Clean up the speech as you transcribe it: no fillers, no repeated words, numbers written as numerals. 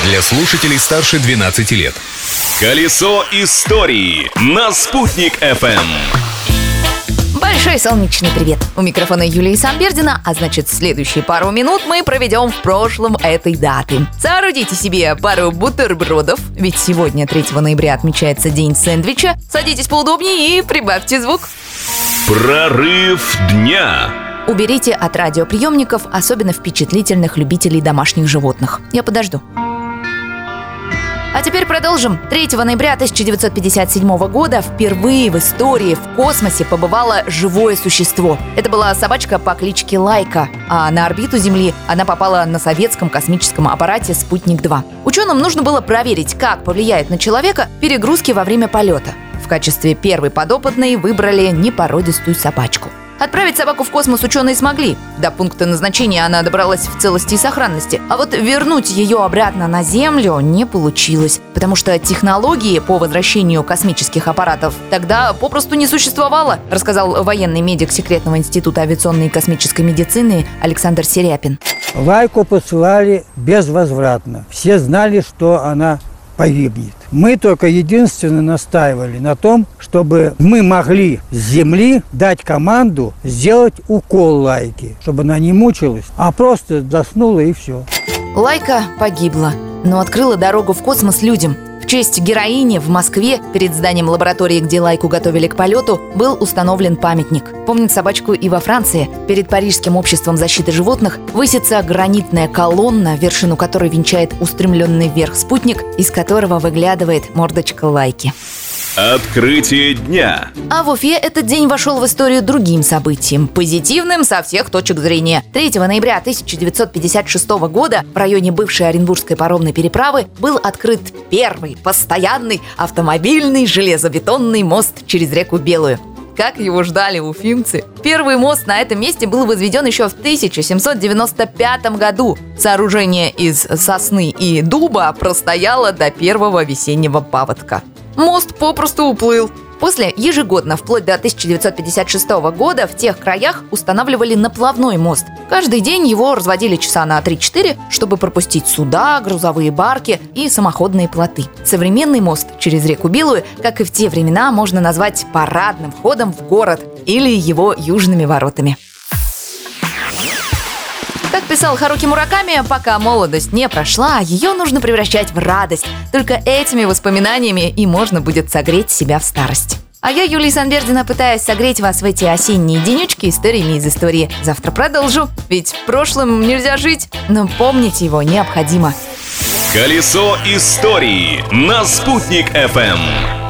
Для слушателей старше 12 лет. Колесо истории на Спутник ФМ. Большой солнечный привет! У микрофона Юлия Самбердина, а значит, следующие пару минут мы проведем в прошлом этой даты. Соорудите себе пару бутербродов, ведь сегодня, 3 ноября, отмечается День сэндвича. Садитесь поудобнее и прибавьте звук. Прорыв дня. Уберите от радиоприемников особенно впечатлительных любителей домашних животных. Я подожду. А теперь продолжим. 3 ноября 1957 года впервые в истории в космосе побывало живое существо. Это была собачка по кличке Лайка, а на орбиту Земли она попала на советском космическом аппарате «Спутник-2». Ученым нужно было проверить, как повлияют на человека перегрузки во время полета. В качестве первой подопытной выбрали непородистую собачку. Отправить собаку в космос ученые смогли. До пункта назначения она добралась в целости и сохранности. А вот вернуть ее обратно на Землю не получилось, потому что технологии по возвращению космических аппаратов тогда попросту не существовало, рассказал военный медик Секретного института авиационной и космической медицины Александр Серяпин. Лайку посылали безвозвратно. Все знали, что она погибнет. Мы только единственно настаивали на том, чтобы мы могли с Земли дать команду сделать укол Лайке, чтобы она не мучилась, а просто заснула и все. Лайка погибла, но открыла дорогу в космос людям. В честь героини в Москве перед зданием лаборатории, где Лайку готовили к полету, был установлен памятник. Помнит собачку и во Франции. Перед Парижским обществом защиты животных высится гранитная колонна, вершину которой венчает устремленный вверх спутник, из которого выглядывает мордочка Лайки. Открытие дня. А в Уфе этот день вошел в историю другим событием, позитивным со всех точек зрения. 3 ноября 1956 года в районе бывшей Оренбургской паромной переправы был открыт первый постоянный автомобильный железобетонный мост через реку Белую. Как его ждали уфимцы. Первый мост на этом месте был возведен еще в 1795 году. Сооружение из сосны и дуба простояло до первого весеннего паводка. Мост попросту уплыл. После ежегодно, вплоть до 1956 года, в тех краях устанавливали наплавной мост. Каждый день его разводили часа на 3-4, чтобы пропустить суда, грузовые барки и самоходные плоты. Современный мост через реку Белую, как и в те времена, можно назвать парадным входом в город или его южными воротами. Как писал Харуки Мураками, пока молодость не прошла, ее нужно превращать в радость. Только этими воспоминаниями и можно будет согреть себя в старости. А я, Юлия Самбердина, пытаюсь согреть вас в эти осенние денечки историями из истории. Завтра продолжу, ведь прошлым нельзя жить, но помнить его необходимо. Колесо истории на Спутник ФМ.